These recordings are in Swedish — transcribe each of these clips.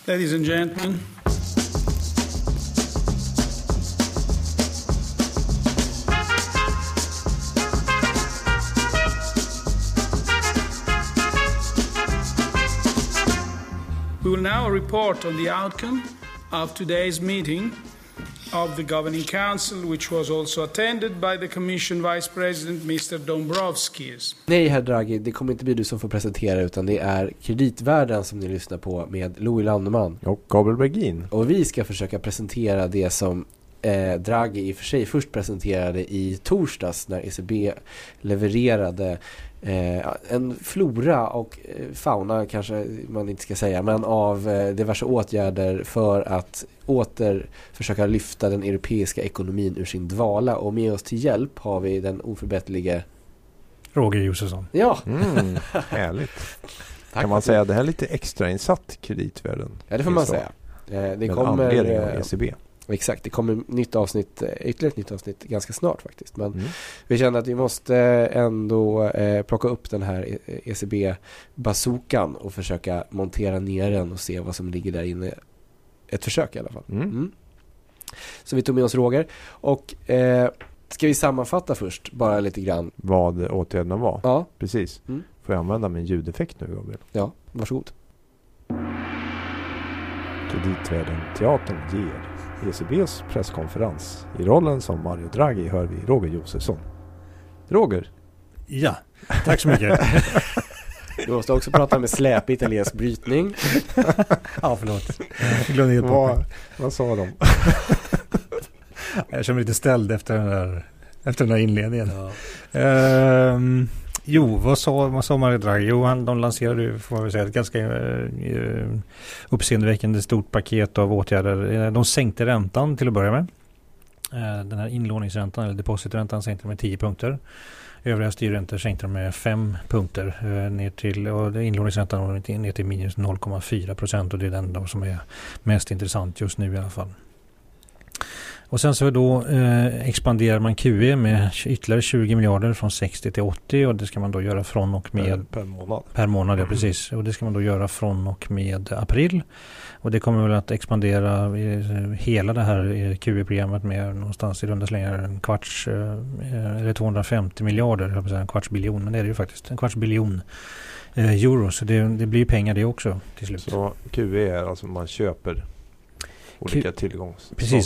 Ladies and gentlemen. We will now report on the outcome of today's meeting of the Governing Council, which was also attended by the Commission Vice President Mr. Dombrovskis. Nej, herr Draghi, det kommer inte bli du som får presentera, utan det är Kreditvärlden som ni lyssnar på med Louis Landeman och Gabriel Bergin. Och vi ska försöka presentera det som Draghi i och för sig först presenterade i torsdags när ECB levererade en flora och fauna, kanske man inte ska säga, men av diverse åtgärder för att åter försöka lyfta den europeiska ekonomin ur sin dvala. Och med oss till hjälp har vi den oförbättlige Roger Josefsson. Ja, härligt. Kan man säga att det här är lite extra insatt Kreditvärden? Ja, det får man säga. Det kommer ECB. Exakt, det kommer ytterligare ett nytt avsnitt ganska snart faktiskt. Men vi känner att vi måste ändå plocka upp den här ECB-bazookan och försöka montera ner den och se vad som ligger där inne. Ett försök i alla fall. Så vi tog med oss Roger. Och ska vi sammanfatta först bara lite grann vad åtgärderna var? Ja. Precis. Får jag använda min ljudeffekt nu, Gabriel? Ja, varsågod. Kreditvärden Teatern ger ECBs presskonferens. I rollen som Mario Draghi hör vi Roger Josefsson. Roger? Ja, tack så mycket. Du måste också prata med släp italiensk brytning. Ja, förlåt. Vad sa de? Jag känner mig lite ställd efter den där inledningen. Ja. Vad sa Mario Draghi? De lanserade, får man väl säga, ett ganska uppseendeväckande stort paket av åtgärder. De sänkte räntan till att börja med. Den här inlåningsräntan eller depositräntan sänkte med 10 punkter. Övriga styrräntor sänkte de med 5 punkter ner till, och inlåningsräntan ner till minus 0,4%, och det är den då som är mest intressant just nu i alla fall. Och sen så då expanderar man QE med ytterligare 20 miljarder från 60 till 80, och det ska man då göra från och med per månad, ja, precis. Och det ska man då göra från och med april. Och det kommer väl att expandera hela det här QE-programmet med någonstans i runda slängar en kvarts eller 250 miljarder, jag vill säga en kvarts biljon, men det är det ju faktiskt, en kvarts biljon euro, så det blir pengar det också till slut. Så QE är alltså man köper olika tillgångar.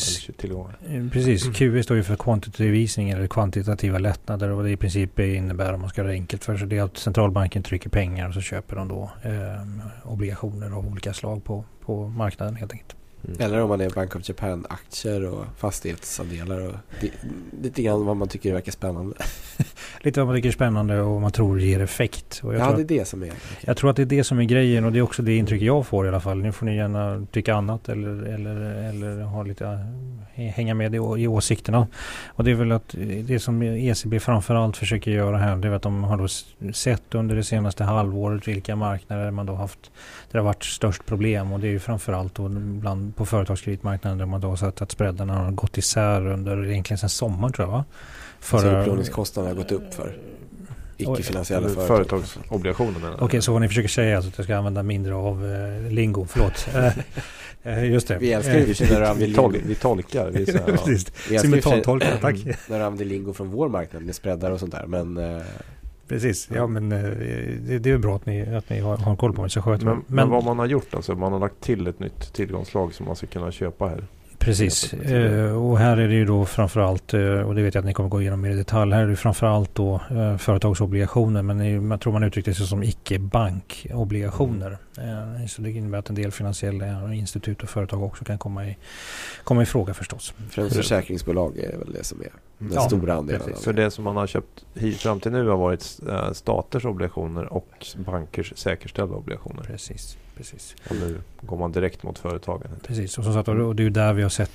Precis. QE står ju för quantitative easing eller kvantitativa lättnader, och det i princip innebär, om man ska göra det enkelt för sig, det är att centralbanken trycker pengar och så köper de då obligationer av olika slag på marknaden helt enkelt. Eller om man är Bank of Japan-aktier och fastighetsandelar och lite grann vad man tycker verkar spännande. Lite vad man tycker är spännande och man tror ger effekt. Och det är det som är. Jag tror att det är det som är grejen, och det är också det intryck jag får i alla fall. Nu får ni gärna tycka annat eller ha lite hänga med i åsikterna. Och det är väl att det som ECB framförallt försöker göra här, det är att de har då sett under det senaste halvåret vilka marknader man då haft, där det har varit störst problem, och det är ju framförallt då bland på företagskreditmarknaden, där man då har sett att spreadarna har gått isär under egentligen sedan sommar, tror jag, va? Så upplåningskostnaderna har gått upp för icke-finansiella företagsobligationer. Okej, så vad ni försöker säga är att jag ska använda mindre av lingo, förlåt. Just det. Vi älskar ju vi tolkar. Simultantolkar, tack. När du använder lingo från vår marknad med spreadar och sånt där, men... Precis, ja, men det är bra att ni har koll på det. Men vad man har gjort, alltså, man har lagt till ett nytt tillgångslag som man ska kunna köpa här. Precis, och här är det ju då framförallt, och det vet jag att ni kommer gå igenom mer i detalj, här är det framförallt då företagsobligationer, men jag tror man uttryckte sig som icke-bankobligationer. Så det innebär att en del finansiella institut och företag också kan komma i fråga förstås. Främst försäkringsbolag är väl det som är den stora andelen. För det som man har köpt fram till nu har varit staters obligationer och bankers säkerställda obligationer. Precis. Och nu går man direkt mot företagen. Precis, och, och det är ju där vi har sett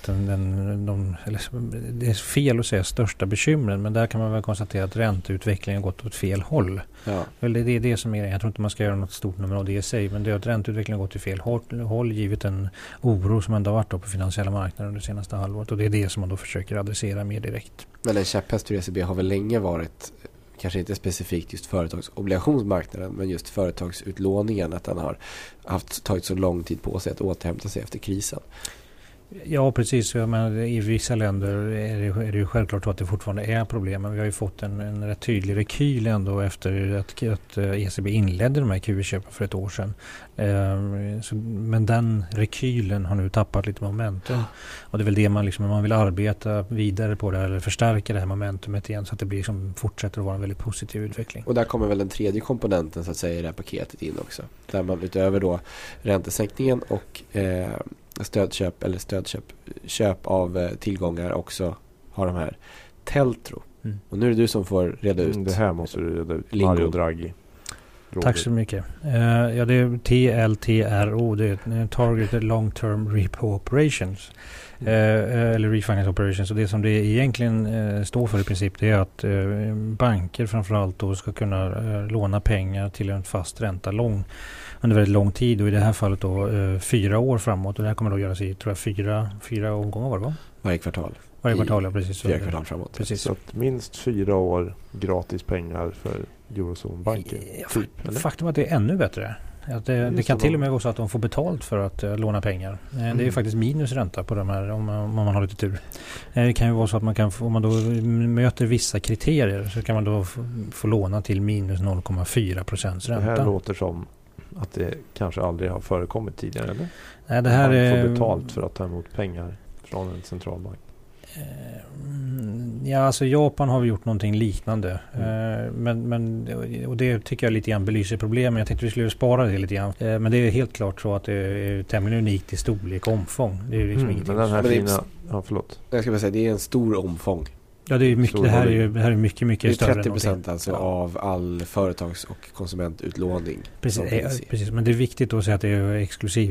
det är fel att säga största bekymren, men där kan man väl konstatera att ränteutvecklingen har gått åt fel håll. Ja. Det är det som är, jag tror inte man ska göra något stort nummer av det i sig, men det är att ränteutvecklingen har gått åt fel håll givet en oro som ändå har varit på finansiella marknader under det senaste halvåret, och det är det som man då försöker adressera mer direkt. Men en käpphäst för ECB har väl länge varit kanske inte specifikt just företagsobligationsmarknaden, men just företagsutlåningen, att den har tagit så lång tid på sig att återhämta sig efter krisen. Ja, precis. Men i vissa länder är det ju självklart att det fortfarande är problem. Men vi har ju fått en rätt tydlig rekyl ändå efter att ECB inledde de här QE-köpen för ett år sedan. Men den rekylen har nu tappat lite momentum. Och det är väl det man vill arbeta vidare på det, eller förstärka det här momentumet igen, så att det blir fortsätter att vara en väldigt positiv utveckling. Och där kommer väl den tredje komponenten så att säga i det här paketet in också. Där man utöver då räntesänkningen och köp av tillgångar också har de här Teltro. Och nu är det du som får reda ut. Det här måste du reda ut. Mario Draghi. Tack så mycket. Det är TLTRO, det är Targeted Long Term Repo Operations. Eller Refinance Operations. Och det som det egentligen står för i princip, det är att banker framförallt då ska kunna låna pengar till en fast ränta under väldigt lång tid, och i det här fallet då 4 år framåt, och det här kommer då göras i, tror jag, fyra omgångar var det va? Varje kvartal, ja, precis. 4 kvartal framåt. Precis. Så att minst 4 år gratis pengar för Eurozone-banker. Typ, faktum att det är ännu bättre. Att det kan till och med vara så att de får betalt för att låna pengar. Det är faktiskt minusränta på de här om man har lite tur. Det kan ju vara så att man kan, om man då möter vissa kriterier, så kan man då få låna till minus 0,4% ränta. Det här låter som att det kanske aldrig har förekommit tidigare, eller? Nej, det här man får betalt för att ta emot pengar från en centralbank. Ja, alltså Japan har vi gjort någonting liknande. Och det tycker jag lite grann belyser problemen. Jag tänkte vi skulle spara det lite grann. Men det är helt klart så att det är tämligen unikt i storlek och omfång. Det är liksom ingenting. Men den här fina... Ja, förlåt. Jag ska bara säga, det är en stor omfång. Ja, det är mycket, det här är mycket större. Det är 30% alltså av all företags- och konsumentutlåning. Precis, men det är viktigt att säga att det är exklusiv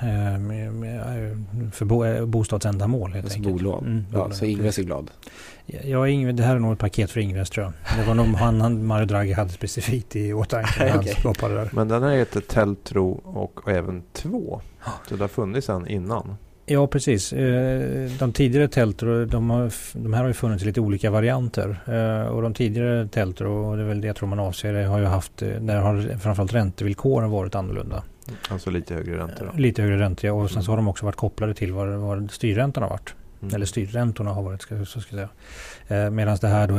för bostadsändamål helt enkelt. Bolån. Så Ingves är glad. Ja, det här är nog ett paket för Ingves, tror jag. Det var nog Mario Draghi hade specifikt i åtanke när han skapade det där. Men den här heter Teltro och även 2. Så det har funnits en innan. Ja, precis. De tidigare Teltro, de här har ju funnits i lite olika varianter. Och de tidigare Teltro, och det är väl det jag tror man avser, det har ju haft, där har framförallt räntevillkoren varit annorlunda. Alltså lite högre räntor då? Lite högre räntor, ja. Och sen så har de också varit kopplade till vad styrräntan har varit. Eller styrräntorna har varit, så ska jag säga. Medan det här då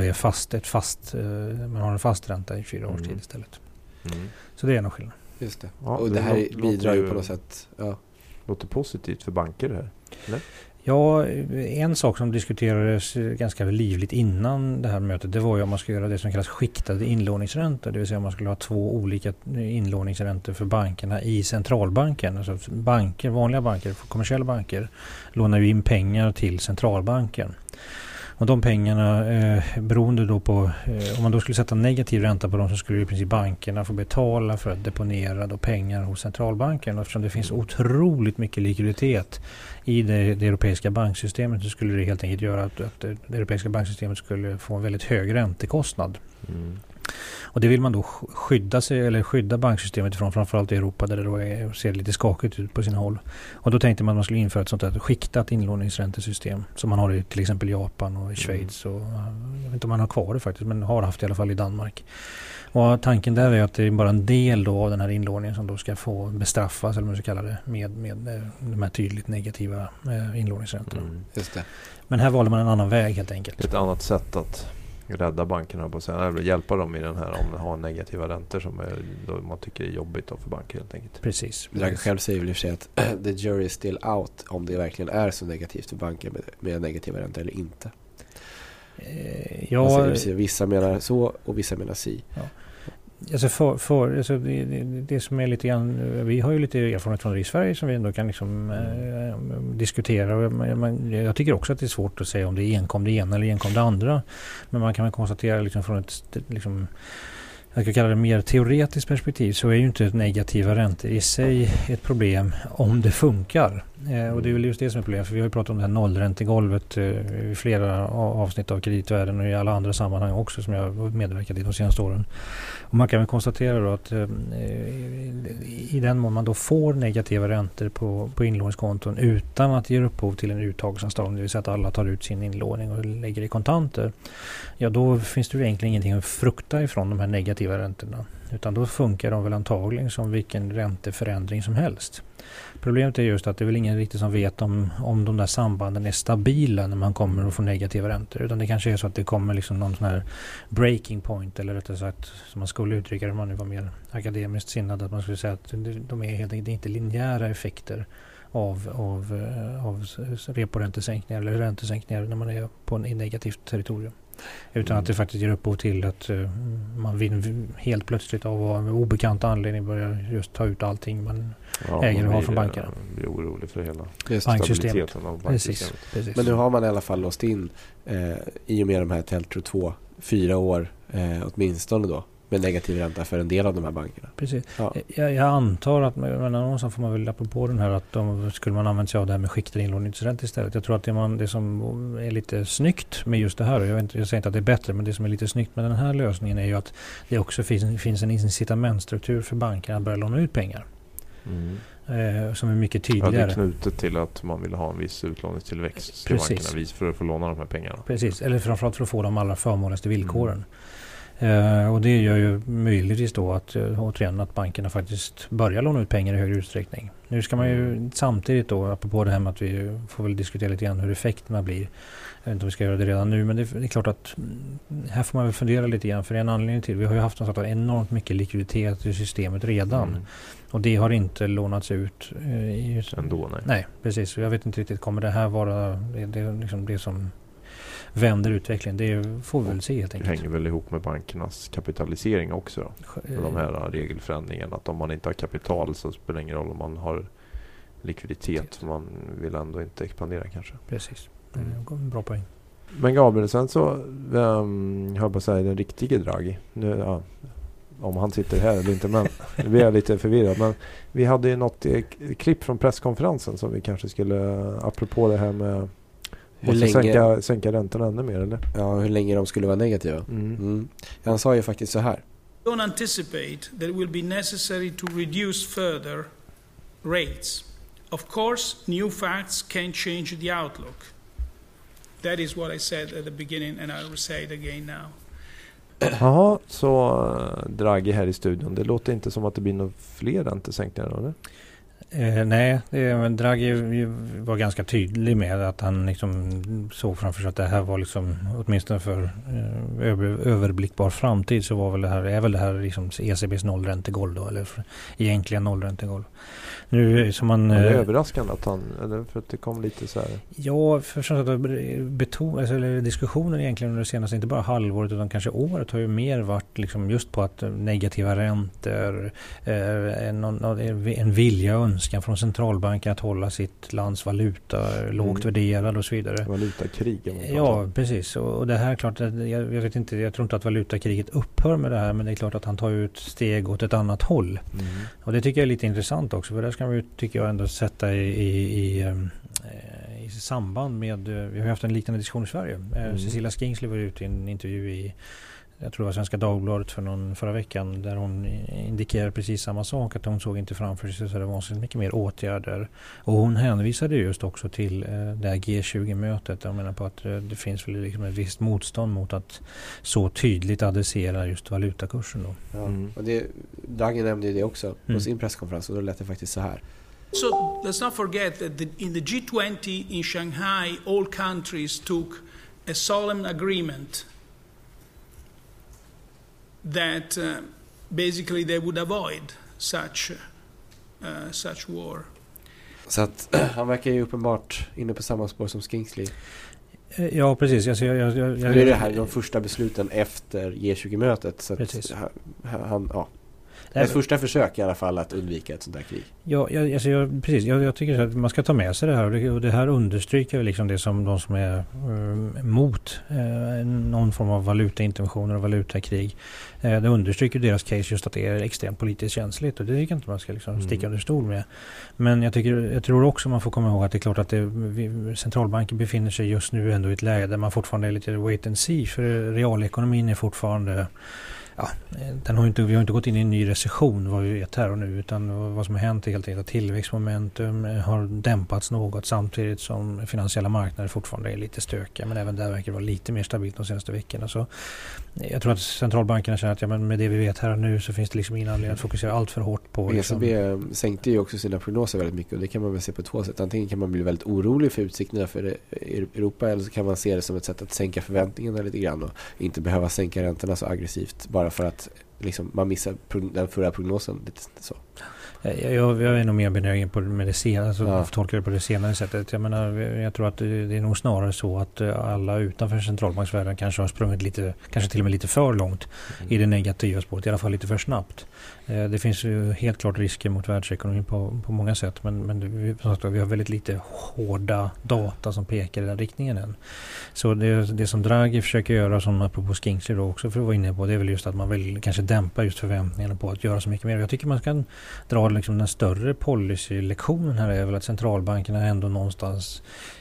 är man har en fast ränta i 4 års tid istället. Så det är en skillnad. Just det. Ja, och det här bidrar ju på något sätt... Ja. Låter positivt för banker det här, eller? Ja, en sak som diskuterades ganska livligt innan det här mötet, det var ju om man skulle göra det som kallas skiktade inlåningsräntor. Det vill säga om man skulle ha 2 olika inlåningsräntor för bankerna i centralbanken. Alltså banker, vanliga banker, kommersiella banker, lånar ju in pengar till centralbanken. Och de pengarna, beroende då på, om man då skulle sätta negativ ränta på dem, så skulle i princip bankerna få betala för att deponera då pengar hos centralbanken. Och eftersom det finns otroligt mycket likviditet i det europeiska banksystemet, så skulle det helt enkelt göra att det europeiska banksystemet skulle få en väldigt hög räntekostnad. Och det vill man då skydda banksystemet ifrån, framförallt i Europa där det då ser lite skakigt ut på sina håll. Och då tänkte man att man skulle införa ett sånt här skiktat inlåningsräntesystem som man har i till exempel Japan och i Schweiz. Och, jag vet inte om man har kvar det faktiskt, men har haft i alla fall i Danmark. Och tanken där är att det är bara en del då av den här inlåningen som då ska få bestraffas, eller vad man ska kalla det, med de här tydligt negativa inlåningsräntorna. Just det. Men här valde man en annan väg helt enkelt. Ett annat sätt att rädda bankerna på sig, eller hjälpa dem i den här om de har negativa räntor som man tycker är jobbigt då för banker helt enkelt. Precis. Jag själv säger väl i och för sig att the jury is still out om det verkligen är så negativt för banker med negativa räntor eller inte. Vissa menar så och vissa menar si. Ja. Alltså det som är lite grann, vi har ju lite erfarenhet från det i Sverige som vi ändå kan liksom, diskutera. Jag tycker också att det är svårt att säga om det är enkom det ena eller enkom det andra. Men man kan väl konstatera liksom från ett liksom, jag ska kalla det mer teoretiskt perspektiv, så är ju inte negativa räntor i sig ett problem om det funkar. Och det är väl just det som är problemet, för vi har ju pratat om det här nollräntegolvet i flera avsnitt av kreditvärlden och i alla andra sammanhang också som jag har medverkat i de senaste åren. Och man kan väl konstatera då att i den mån man då får negativa räntor på inlåningskonton utan att ge upphov till en uttagsanstånd, det vill säga att alla tar ut sin inlåning och lägger i kontanter, ja då finns det ju egentligen ingenting att frukta ifrån de här negativa räntorna. Utan då funkar de väl antagligen som vilken ränteförändring som helst. Problemet är just att det är väl ingen riktigt som vet om de där sambanden är stabila när man kommer att få negativa räntor. Utan det kanske är så att det kommer liksom någon sån här breaking point, eller rättare sagt som man skulle uttrycka det om man nu var mer akademiskt sinnad, att man skulle säga att de är helt enkelt inte linjära effekter av reporäntesänkningar eller räntesänkningar när man är på en negativt territorium. Utan att det faktiskt ger upphov till att man vill helt plötsligt av obekant anledning börjar just ta ut allting man äger och har från bankerna. Man blir orolig för hela banksystemet. Precis. Men nu har man i alla fall låst in i och med de här TLTRO 2-4 år åtminstone då med negativ ränta för en del av de här bankerna. Precis. Ja. Jag antar att någonstans får man väl apropå den här att skulle man använda sig av det här med skiktad inlåningsränta istället. Jag tror att det som är lite snyggt med just det här, och jag säger inte att det är bättre, men det som är lite snyggt med den här lösningen är ju att det också finns en incitamentstruktur för bankerna att börja låna ut pengar. Som är mycket tydligare. Ja, det är knutet till att man vill ha en viss utlåningstillväxt till bankerna för att få låna de här pengarna. Precis, eller framförallt för att få de allra förmånligaste villkoren. Och det gör ju möjligtvis då att återigen att bankerna faktiskt börjar låna ut pengar i högre utsträckning. Nu ska man ju samtidigt då, apropå det här med att vi får väl diskutera lite grann hur effekterna blir. Jag vet inte om vi ska göra det redan nu, men det är klart att här får man väl fundera lite grann, för det är en anledning till. Vi har ju haft något enormt mycket likviditet i systemet redan. Och det har inte lånats ut ändå, nej. Nej, precis. Jag vet inte riktigt, kommer det här vara liksom det som vänder utvecklingen? Det får vi väl se helt enkelt. Det hänger väl ihop med bankernas kapitalisering också då. Med de här regelförändringarna. Att om man inte har kapital så spelar det ingen roll om man har likviditet. För man vill ändå inte expandera kanske. Precis. Bra poäng. Men Gabriel, sen så hör på säga den riktige Draghi. Nu, ja, om han sitter här eller inte, men nu blir jag lite förvirrad. Men vi hade ju något klipp från presskonferensen som vi kanske skulle, apropå det här med sänka räntorna ännu mer, eller? Ja, hur länge de skulle vara negativa. Han sa ju faktiskt så här. Don't anticipate that it will be necessary to reduce further rates. Of course, new facts can change the outlook. That is what I said at the beginning and I will say it again now. Jaha, så Draghi här i studion. Det låter inte som att det blir några fler räntesänkningar, eller? Nej, men Draghi var ganska tydlig med att han liksom såg framför sig att det här var liksom, åtminstone för överblickbar framtid, så är väl det här liksom ECBs nollräntegolv då, eller egentligen nollräntegolv. Nu som man, det är överraskande att han, eller för att det kom lite så här. Ja, för diskussionen egentligen under det senaste, inte bara halvåret utan kanske året, har ju mer varit liksom just på att negativa räntor, en vilja och önskan från centralbanken att hålla sitt lands valuta lågt värderad och så vidare. Valutakrig. Ja, precis. Och det här, klart, jag vet inte, jag tror inte att valutakriget upphör med det här, men det är klart att han tar ut steg åt ett annat håll. Och det tycker jag är lite intressant också, för där ska vi, tycker jag, ändå sätta i samband med, vi har haft en liknande diskussion i Sverige. Cecilia Skingsley var ute i en intervju i, jag tror det var Svenska Dagbladet förra veckan, där hon indikerar precis samma sak, att hon såg inte framför sig så det var så mycket mer åtgärder. Och hon hänvisade just också till det här G20-mötet. Jag menar på att det finns väl liksom ett visst motstånd mot att så tydligt adressera just valutakursen då. Ja. Och Draghi nämnde ju det också på sin presskonferens, och då lät det faktiskt så här. So let's not forget that in the G20 in Shanghai, all countries took a solemn agreement that basically they would avoid such war. Så att han verkar ju uppenbart inne på samma spår som Skingsley. Ja, precis. Det är det här de första besluten efter G20-mötet. Så att han, ja. Ett första försök i alla fall att undvika ett sånt där krig. Precis. Jag tycker att man ska ta med sig det här. Och det här understryker liksom det som de som är mot någon form av valutainterventioner och valutakrig. Det understryker deras case just att det är extremt politiskt känsligt. Och det tycker inte man ska liksom sticka under stol med. Men jag tror också man får komma ihåg att det är klart att centralbanken befinner sig just nu ändå i ett läge där man fortfarande är lite wait and see. För realekonomin är fortfarande... Ja, vi har inte gått in i en ny recession vad vi vet här och nu, utan vad som har hänt är helt enkelt att tillväxtmomentum har dämpats något samtidigt som finansiella marknader fortfarande är lite stökiga, men även där verkar det vara lite mer stabilt de senaste veckorna. Så jag tror att centralbankerna känner att men med det vi vet här och nu så finns det liksom ingen anledning att fokusera allt för hårt på... ECB sänkte ju också sina prognoser väldigt mycket och det kan man väl se på två sätt. Antingen kan man bli väldigt orolig för utsikterna för Europa eller så kan man se det som ett sätt att sänka förväntningarna lite grann och inte behöva sänka räntorna så aggressivt bara för att liksom, man missar den förra prognosen lite så. Jag är nog mer benägen på med det senare, alltså tolkar det på det senare sättet. Jag tror att det är nog snarare så att alla utanför centralbanksvärlden kanske har sprungit lite, kanske till och med lite för långt i det negativa spåret, i alla fall lite för snabbt. Det finns ju helt klart risker mot världsekonomin på många sätt, men vi har väldigt lite hårda data som pekar i den riktningen än. Så det som Draghi försöker göra, som apropå Skingsley då också för att vara inne på, det är väl just att man vill kanske dämpa just förväntningarna på att göra så mycket mer. Jag tycker man kan dra liksom den större policylektionen här är väl att centralbankerna ändå någonstans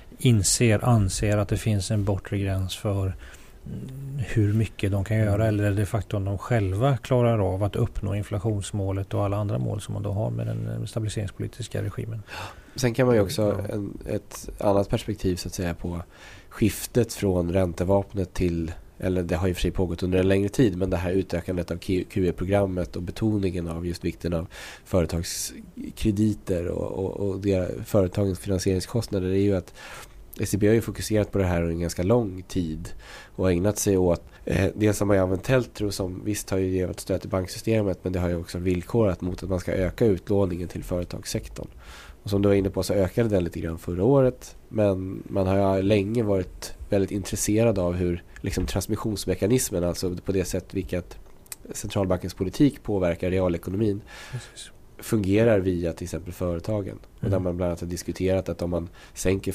anser att det finns en bortre gräns för hur mycket de kan göra eller det faktum de själva klarar av att uppnå inflationsmålet och alla andra mål som man då har med den stabiliseringspolitiska regimen. Sen kan man ju också ett annat perspektiv så att säga på skiftet från räntevapnet till, eller det har ju för sig pågått under en längre tid, men det här utökandet av QE-programmet och betoningen av just vikten av företagskrediter och företagens finansieringskostnader är ju att ECB har ju fokuserat på det här under en ganska lång tid och ägnat sig åt det som har använt Teltro som visst har ju gett stöd till banksystemet, men det har ju också villkorat mot att man ska öka utlåningen till företagssektorn. Och som du var inne på så ökade den lite grann förra året, men man har ju länge varit väldigt intresserad av hur liksom transmissionsmekanismen, alltså på det sätt vilket centralbankens politik påverkar realekonomin. Precis. Fungerar via till exempel företagen. Och där man bland annat har diskuterat att om man sänker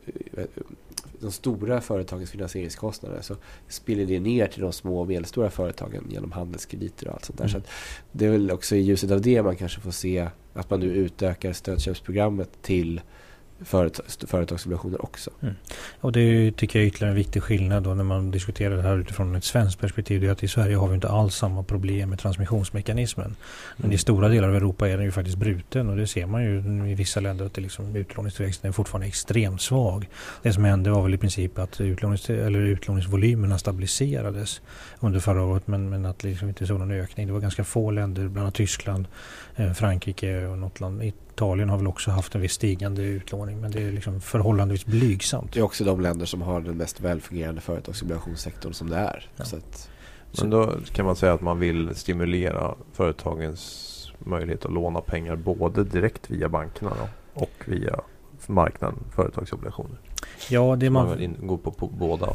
de stora företagens finansieringskostnader så spiller det ner till de små och medelstora företagen genom handelskrediter och allt sånt där. Så att det är väl också i ljuset av det man kanske får se att man nu utökar stödköpsprogrammet till företagsobligationer också. Och det tycker jag är ytterligare en viktig skillnad då när man diskuterar det här utifrån ett svenskt perspektiv. Det är att i Sverige har vi inte alls samma problem med transmissionsmekanismen. Men i stora delar av Europa är den ju faktiskt bruten och det ser man ju i vissa länder att det liksom, utlåningstillväxten är fortfarande extremt svag. Det som hände var väl i princip att utlåningsvolymerna stabiliserades under förra året men att det liksom inte såg någon ökning. Det var ganska få länder, bland annat Tyskland, Frankrike och något land. Italien har väl också haft en viss stigande utlåning, men det är liksom förhållandevis blygsamt. Det är också de länder som har den mest välfungerande företagsobligationssektorn som det är. Ja. Så att, men då kan man säga att man vill stimulera företagens möjlighet att låna pengar både direkt via bankerna då, och via marknaden, företagsobligationer. Ja, det man går på båda.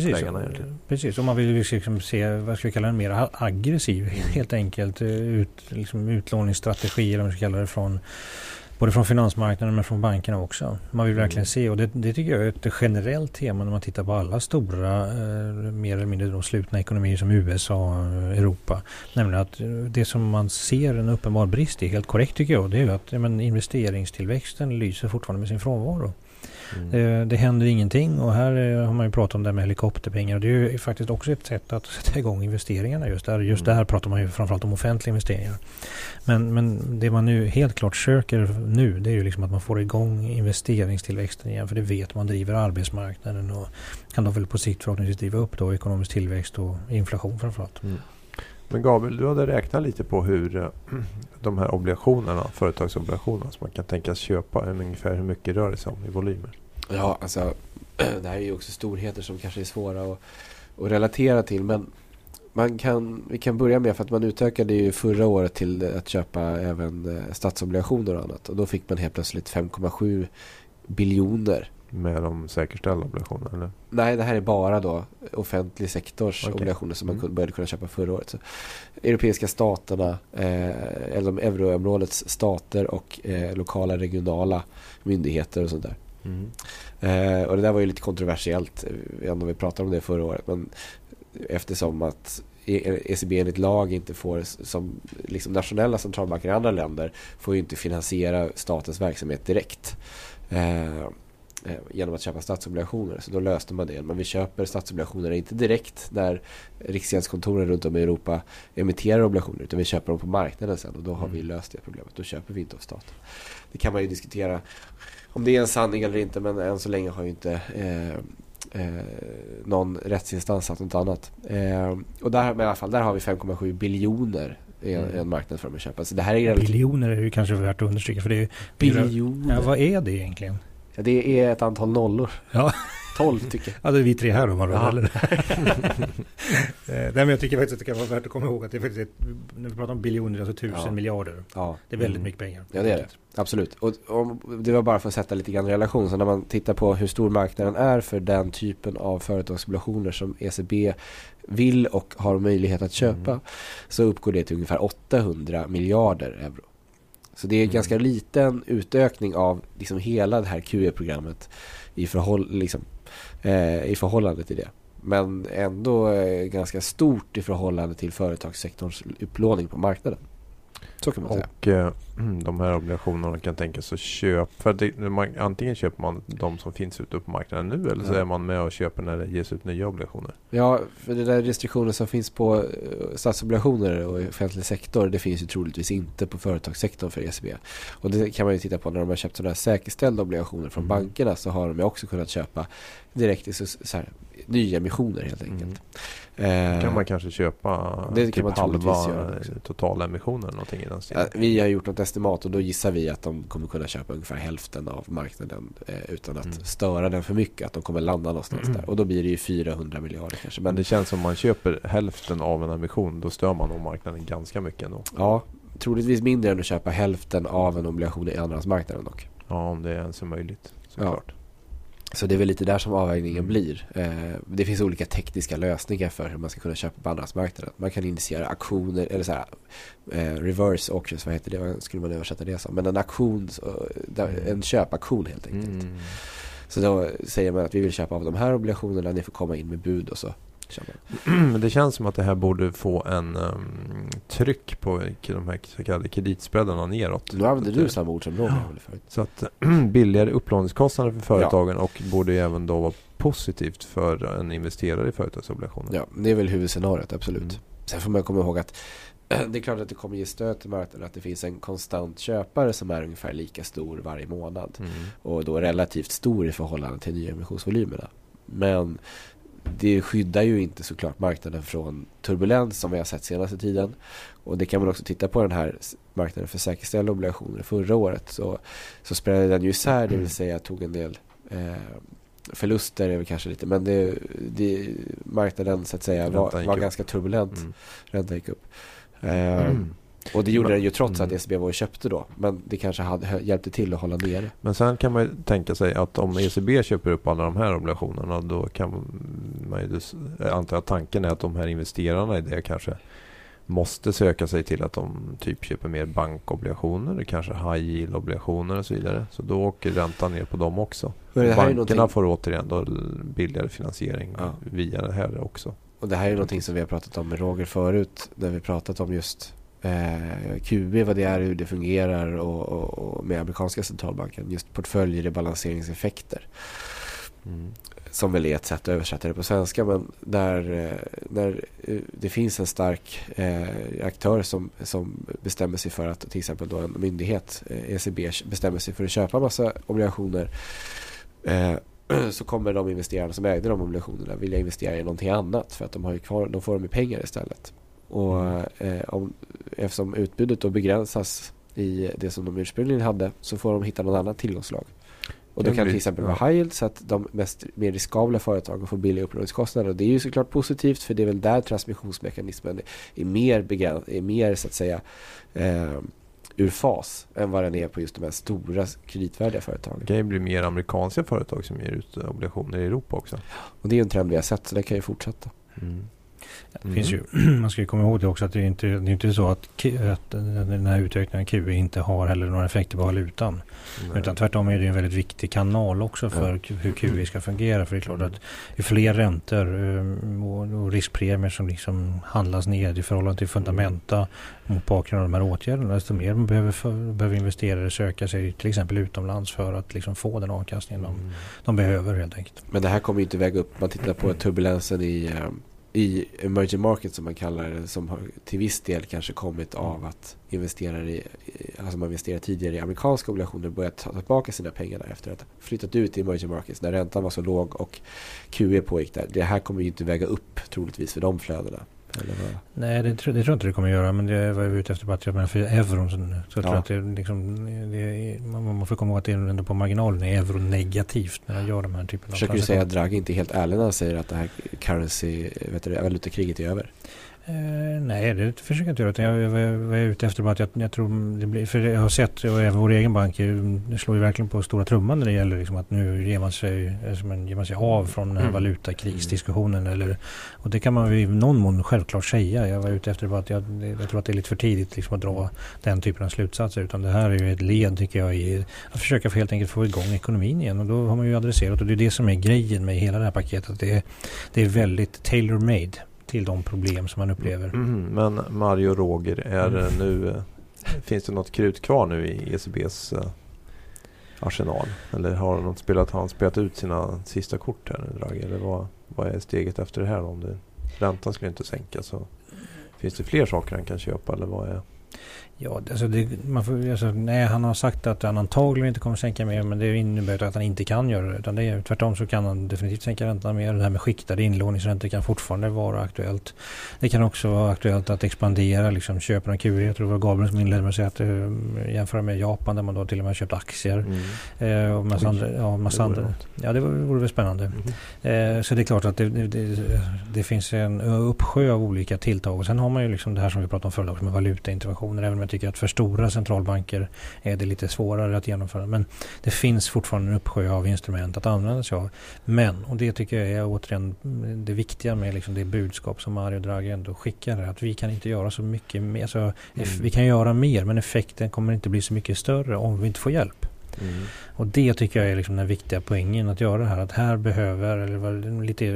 Precis, om man vill liksom se, vad ska vi kalla den, mer aggressiv helt enkelt utlåningsstrategi eller vad man ska kalla det både från finansmarknaden men från bankerna också. Man vill verkligen se, och det tycker jag är ett generellt tema när man tittar på alla stora mer eller mindre slutna ekonomier som USA och Europa. Nämligen att det som man ser en uppenbar brist i, helt korrekt tycker jag, det är ju att investeringstillväxten lyser fortfarande med sin frånvaro. Det händer ingenting och här har man ju pratat om det med helikopterpengar och det är ju faktiskt också ett sätt att sätta igång investeringarna just där pratar man ju framförallt om offentliga investeringar. Men det man nu helt klart söker nu, det är ju liksom att man får igång investeringstillväxten igen, för det vet man driver arbetsmarknaden och kan då väl på sikt förhoppningsvis driva upp då ekonomisk tillväxt och inflation framförallt. Men Gabriel, du hade räknat lite på hur de här obligationerna, företagsobligationerna som man kan tänkas köpa, ungefär hur mycket rör det sig om i volymer? Ja, alltså det här är ju också storheter som kanske är svåra att relatera till, men vi kan börja med för att man utökade ju förra året till att köpa även statsobligationer och annat, och då fick man helt plötsligt 5,7 biljoner med de säkerställda obligationerna, eller? Nej, det här är bara då offentlig sektors obligationer som man började kunna köpa förra året. Så, europeiska staterna, eller de euroområdets stater och lokala regionala myndigheter och sånt där. Och det där var ju lite kontroversiellt, ändå vi pratade om det förra året, men eftersom att ECB enligt lag inte får, som liksom nationella centralbanker i andra länder, får ju inte finansiera statens verksamhet direkt genom att köpa statsobligationer. Så då löste man det. Men vi köper statsobligationer inte direkt när riksgäldskontoren runt om i Europa emitterar obligationer, utan vi köper dem på marknaden sen, och då har vi löst det problemet. Då köper vi inte av staten. Det kan man ju diskutera om det är en sanning eller inte, men än så länge har ju inte någon rättsinstans sagt något annat. Och där, i alla fall, där har vi 5,7 biljoner i en marknad för att köpa. Så det här är biljoner är ju kanske värt att understryka, för det är biljoner. Ja, vad är det egentligen? Ja, det är ett antal nollor. Ja. 12 tycker jag. Ja, det är vi tre här då, eller? Men jag tycker faktiskt att det kan vara värt att komma ihåg att det är faktiskt när vi pratar om biljoner, alltså 1000 miljarder. Ja. Det är väldigt mycket pengar. Ja, det är det. Absolut. Och det var bara för att sätta lite grann relation. Så när man tittar på hur stor marknaden är för den typen av företagsobligationer som ECB vill och har möjlighet att köpa, så uppgår det till ungefär 800 miljarder euro. Så det är ganska liten utökning av liksom hela det här QE-programmet i förhållande till det. Men ändå ganska stort i förhållande till företagssektorns upplåning på marknaden. Så kan man säga. Och de här obligationerna kan tänkas att köpa. För antingen köper man de som finns ute på marknaden nu, eller så är man med och köper när det ges ut nya obligationer. Ja, för det där restriktioner som finns på statsobligationer och offentlig sektor, det finns ju troligtvis inte på företagssektorn för ECB. Och det kan man ju titta på när de har köpt sådana här säkerställda obligationer från bankerna, så har de ju också kunnat köpa direkt i så här nya emissioner helt enkelt. Kan man kanske köpa det typ kan man halva totala emissioner någonting i den stilen? Vi har gjort något estimat och då gissar vi att de kommer kunna köpa ungefär hälften av marknaden utan att störa den för mycket, att de kommer landa någonstans där. Och då blir det ju 400 miljarder kanske. Men det känns som man köper hälften av en emission, då stör man nog marknaden ganska mycket ändå. Ja, troligtvis mindre än att köpa hälften av en obligation i andrahandsmarknaden dock. Ja, om det är ens är möjligt, såklart. Ja. Så det är väl lite där som avvägningen blir. Det finns olika tekniska lösningar för hur man ska kunna köpa på andrahandsmarknaden. Man kan initiera auktioner, eller så här, reverse auctions, vad heter det? Vad skulle man översätta det som? Men en auktion, en köpaktion helt enkelt. Så då säger man att vi vill köpa av de här obligationerna, ni får komma in med bud och så. Men det känns som att det här borde få en tryck på de här så kallade kreditspreadarna neråt. Nu använder du samma ord som Roger. Så att billigare upplåningskostnader för företagen och borde även då vara positivt för en investerare i företagsobligationer. Ja, det är väl huvudscenariot, absolut. Sen får man komma ihåg att det är klart att det kommer ge stöd till marknaden, att det finns en konstant köpare som är ungefär lika stor varje månad och då relativt stor i förhållande till nya emissionsvolymerna. Men det skyddar ju inte såklart marknaden från turbulens som vi har sett senaste tiden. Och det kan man också titta på den här marknaden för säkerställda obligationer. Förra året så spelade den ju isär, det vill säga tog en del förluster är väl kanske lite, men marknaden så att säga var ganska turbulent. Räntan gick upp. Och det gjorde den ju trots att ECB var och köpte då. Men det kanske hjälpte till att hålla nere. Men sen kan man ju tänka sig att om ECB köper upp alla de här obligationerna, då kan man ju anta att tanken är att de här investerarna i det kanske måste söka sig till att de typ köper mer bankobligationer, kanske high yield obligationer och så vidare. Så då åker räntan ner på dem också. Bankerna får återigen då billigare finansiering via det här också. Och det här är någonting som vi har pratat om med Roger förut, när vi pratat om just QE, vad det är, hur det fungerar och med amerikanska centralbanken, just portföljrebalanseringseffekter. Som väl är ett sätt att översätta det på svenska, men när det finns en stark aktör som bestämmer sig för att, till exempel då en myndighet, ECB, bestämmer sig för att köpa massa obligationer, så kommer de investerarna som ägde de obligationerna vilja investera i någonting annat, för att de har ju kvar, de får dem i pengar istället. Och eftersom utbudet då begränsas i det som de ursprungligen hade, så får de hitta något annat tillgångslag. Och det kan till exempel vara high yield, så att de mer riskabla företagen får billiga upplåningskostnader. Och det är ju såklart positivt, för det är väl där transmissionsmekanismen är mer så att säga ur fas än vad den är på just de här stora kreditvärdiga företagen. Det kan ju bli mer amerikanska företag som ger ut obligationer i Europa också. Och det är ju en trend vi har sett, så det kan ju fortsätta. Det finns ju, man ska ju komma ihåg det också, att det är inte så att den här utökningen av QE inte har heller några effekter på valutan. Utan tvärtom är det en väldigt viktig kanal också för hur QE ska fungera. För det är klart att ju fler räntor och riskpremier som liksom handlas ned i förhållande till fundamenta mot bakgrund av de här åtgärderna, desto mer man behöver investerare söka sig till exempel utomlands för att liksom få den avkastningen de behöver helt enkelt. Men det här kommer ju inte väga upp. Man tittar på turbulensen i emerging markets som man kallar det, som har till viss del kanske kommit av att investerare man investerar tidigare i amerikanska obligationer börjat ta tillbaka sina pengar där efter att ha flyttat ut i emerging markets när räntan var så låg och QE pågick där. Det här kommer ju inte väga upp troligtvis för de flödena. Nej, det tror jag inte det kommer göra, men det var jag ute efter att jag menar för euron så jag tror att det liksom, man får komma ihåg att det är ändå på marginalen är euro negativt när man gör de här typen av. Försöker du säga att Draghi inte är helt ärlig när han säger att det här valutakriget är över? Nej, det försöker jag inte göra, utan jag var ute efter bara att jag tror det blir, för jag har sett, och även vår egen bank slår ju verkligen på stora trumman när det gäller liksom att nu ger man sig av från den här valutakrigsdiskussionen och det kan man ju i någon mån självklart säga. Jag var ute efter bara att jag tror att det är lite för tidigt liksom att dra den typen av slutsatser, utan det här är ju ett led tycker jag i att försöka helt enkelt få igång ekonomin igen, och då har man ju adresserat, och det är det som är grejen med hela det här paketet, det är väldigt tailor-made till de problem som man upplever. Men Mario och Roger, finns det något krut kvar nu i ECBs arsenal? Eller har han spelat ut sina sista kort här nu, Draghi? Eller vad är steget efter det här? Om räntan skulle inte sänka, så finns det fler saker han kan köpa, eller vad är? Ja, nej, han har sagt att han antagligen inte kommer sänka mer, men det innebär att han inte kan göra det, utan tvärtom så kan han definitivt sänka räntan mer. Det här med skiktade inlåningsräntor kan fortfarande vara aktuellt. Det kan också vara aktuellt att expandera, liksom köpa en QE. Jag tror det var Gabriel som inledde med att säga att jämföra med Japan där man då till och med har köpt aktier. Och massa andra. Ja, det vore väl spännande. Så det är klart att det finns en uppsjö av olika tilltag, och sen har man ju liksom det här som vi pratar om förut med valutainterventioner, även om jag tycker att för stora centralbanker är det lite svårare att genomföra. Men det finns fortfarande en uppsjö av instrument att använda sig av. Men, och det tycker jag är återigen det viktiga med liksom det budskap som Mario Draghi ändå skickar, är att vi kan inte göra så mycket mer. Alltså, vi kan göra mer, men effekten kommer inte bli så mycket större om vi inte får hjälp. Och det tycker jag är liksom den viktiga poängen att göra det här, att här behöver, eller lite,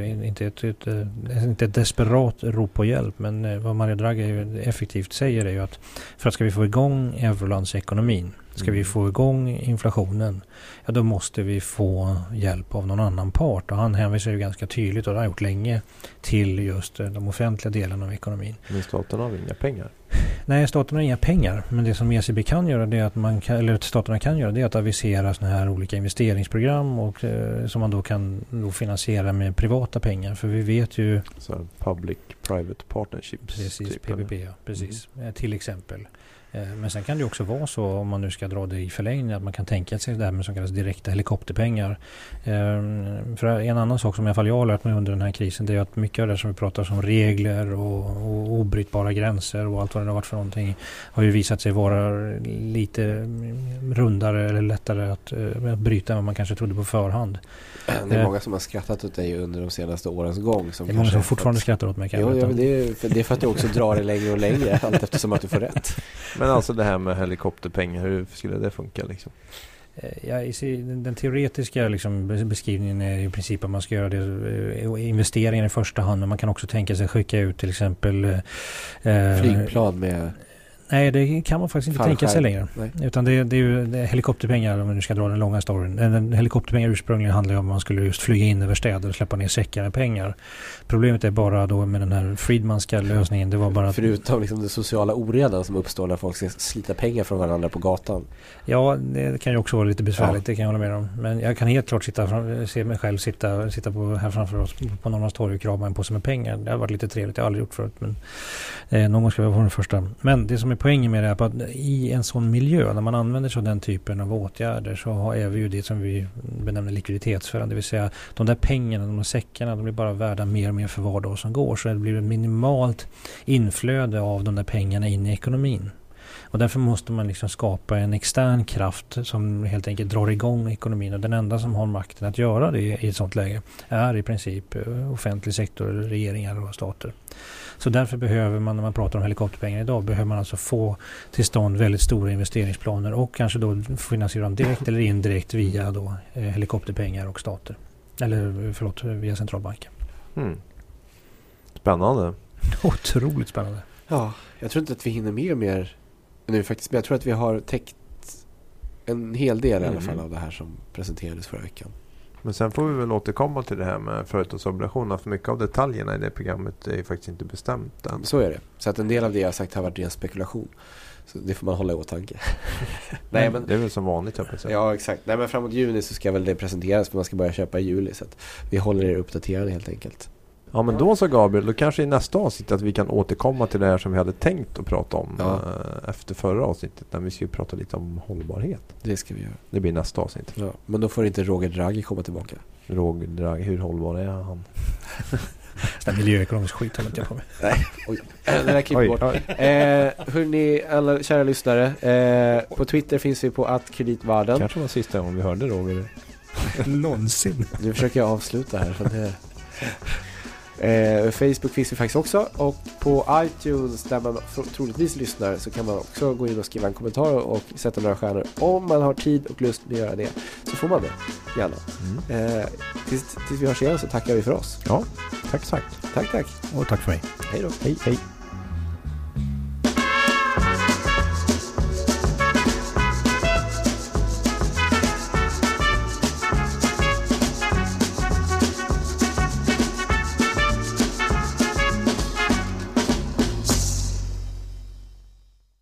inte ett desperat rop på hjälp, men vad Mario Draghi effektivt säger är ju att för att ska vi få igång eurolandsekonomin, ska vi få igång inflationen, ja då måste vi få hjälp av någon annan part, och han hänvisar ju ganska tydligt, och det har gjort länge, till just de offentliga delarna av ekonomin. Men staten har inga pengar? Nej, staten har inga pengar, men det som ECB kan göra, det är att staterna kan göra, det är att avisera såna här olika investeringsprogram, och som man då kan finansiera med privata pengar, för vi vet ju så public-private partnerships. Precis, typ, PPP, ja, precis. Till exempel. Men sen kan det också vara så, om man nu ska dra det i förlängning, att man kan tänka sig det här med så kallas direkta helikopterpengar. För en annan sak som i alla fall jag har lärt mig under den här krisen, det är att mycket av det som vi pratar om regler och obrytbara gränser och allt vad det har varit för någonting, har ju visat sig vara lite rundare eller lättare att bryta än vad man kanske trodde på förhand. Det är många som har skrattat åt dig under de senaste årens gång. Det är många som fortfarande skrattar åt mig. Det är för att jag också drar det längre och längre allt eftersom att du får rätt. Men alltså det här med helikopterpengar, hur skulle det funka liksom? Den teoretiska liksom beskrivningen är i princip att man ska göra det investeringar i första hand, men man kan också tänka sig skicka ut till exempel flygplan med... Nej, det kan man faktiskt inte tänka sig längre. Nej. Utan det är ju helikopterpengar, om vi nu ska dra den långa storyn. Helikopterpengar ursprungligen handlar ju om att man skulle just flyga in över städer och släppa ner säckar med pengar. Problemet är bara då med den här Friedmanska lösningen, det var bara... Förutom liksom det sociala oredan som uppstår när folk ska slita pengar från varandra på gatan. Ja, det kan ju också vara lite besvärligt, det kan jag hålla med om. Men jag kan helt klart se mig själv sitta på här framför oss på Norrmalmstorg och krama en påse med pengar. Det har varit lite trevligt, jag har aldrig gjort förut, men någon gång ska vi vara den första. Men det som är poängen med det är att i en sån miljö, när man använder sig av den typen av åtgärder, så är vi ju det som vi benämner likviditetsfällan, det vill säga de där pengarna, de där säckarna, de blir bara värda mer och mer för var dag som går, så det blir ett minimalt inflöde av de där pengarna in i ekonomin. Och därför måste man liksom skapa en extern kraft som helt enkelt drar igång ekonomin. Och den enda som har makten att göra det i ett sådant läge är i princip offentlig sektor, regeringar och stater. Så därför behöver man, när man pratar om helikopterpengar idag, behöver man alltså få till stånd väldigt stora investeringsplaner och kanske då finansiera dem direkt eller indirekt via då helikopterpengar och stater. Eller via centralbanken. Spännande. Otroligt spännande. Ja, jag tror inte att vi hinner mer nu faktiskt. Men jag tror att vi har täckt en hel del i alla fall av det här som presenterades förra veckan. Men sen får vi väl återkomma till det här med företagsobligationerna. För mycket av detaljerna i det programmet är faktiskt inte bestämt än. Så är det. Så att en del av det jag sagt har varit ren spekulation. Så det får man hålla i åtanke. Nej, men det är väl som vanligt. Ja, exakt. Nej, men framåt juni så ska väl det presenteras, för man ska börja köpa i juli. Så att vi håller er uppdaterade helt enkelt. Ja, men då så Gabriel, då kanske i nästa avsnitt att vi kan återkomma till det här som vi hade tänkt att prata om efter förra avsnittet, när vi ska prata lite om hållbarhet. Det ska vi göra. Det blir nästa avsnitt. Ja, men då får inte Roger Draghi komma tillbaka. Roger Draghi, hur hållbar är han? Det är miljöekonomisk skit har inte jag på mig. Nej, oj. Den där klipper bort. Hörrni, alla kära lyssnare, på Twitter finns vi på @kreditvarden. Kanske var sista gången vi hörde Roger. Någonsin. Nu försöker jag avsluta här. För det Facebook finns vi faktiskt också, och på iTunes där man troligtvis lyssnar så kan man också gå in och skriva en kommentar och sätta några stjärnor om man har tid och lust att göra det, så får man det gärna. Tills vi hörs igen så tackar vi för oss. Ja, tack. Tack. Och tack för mig. Hej då. Hej.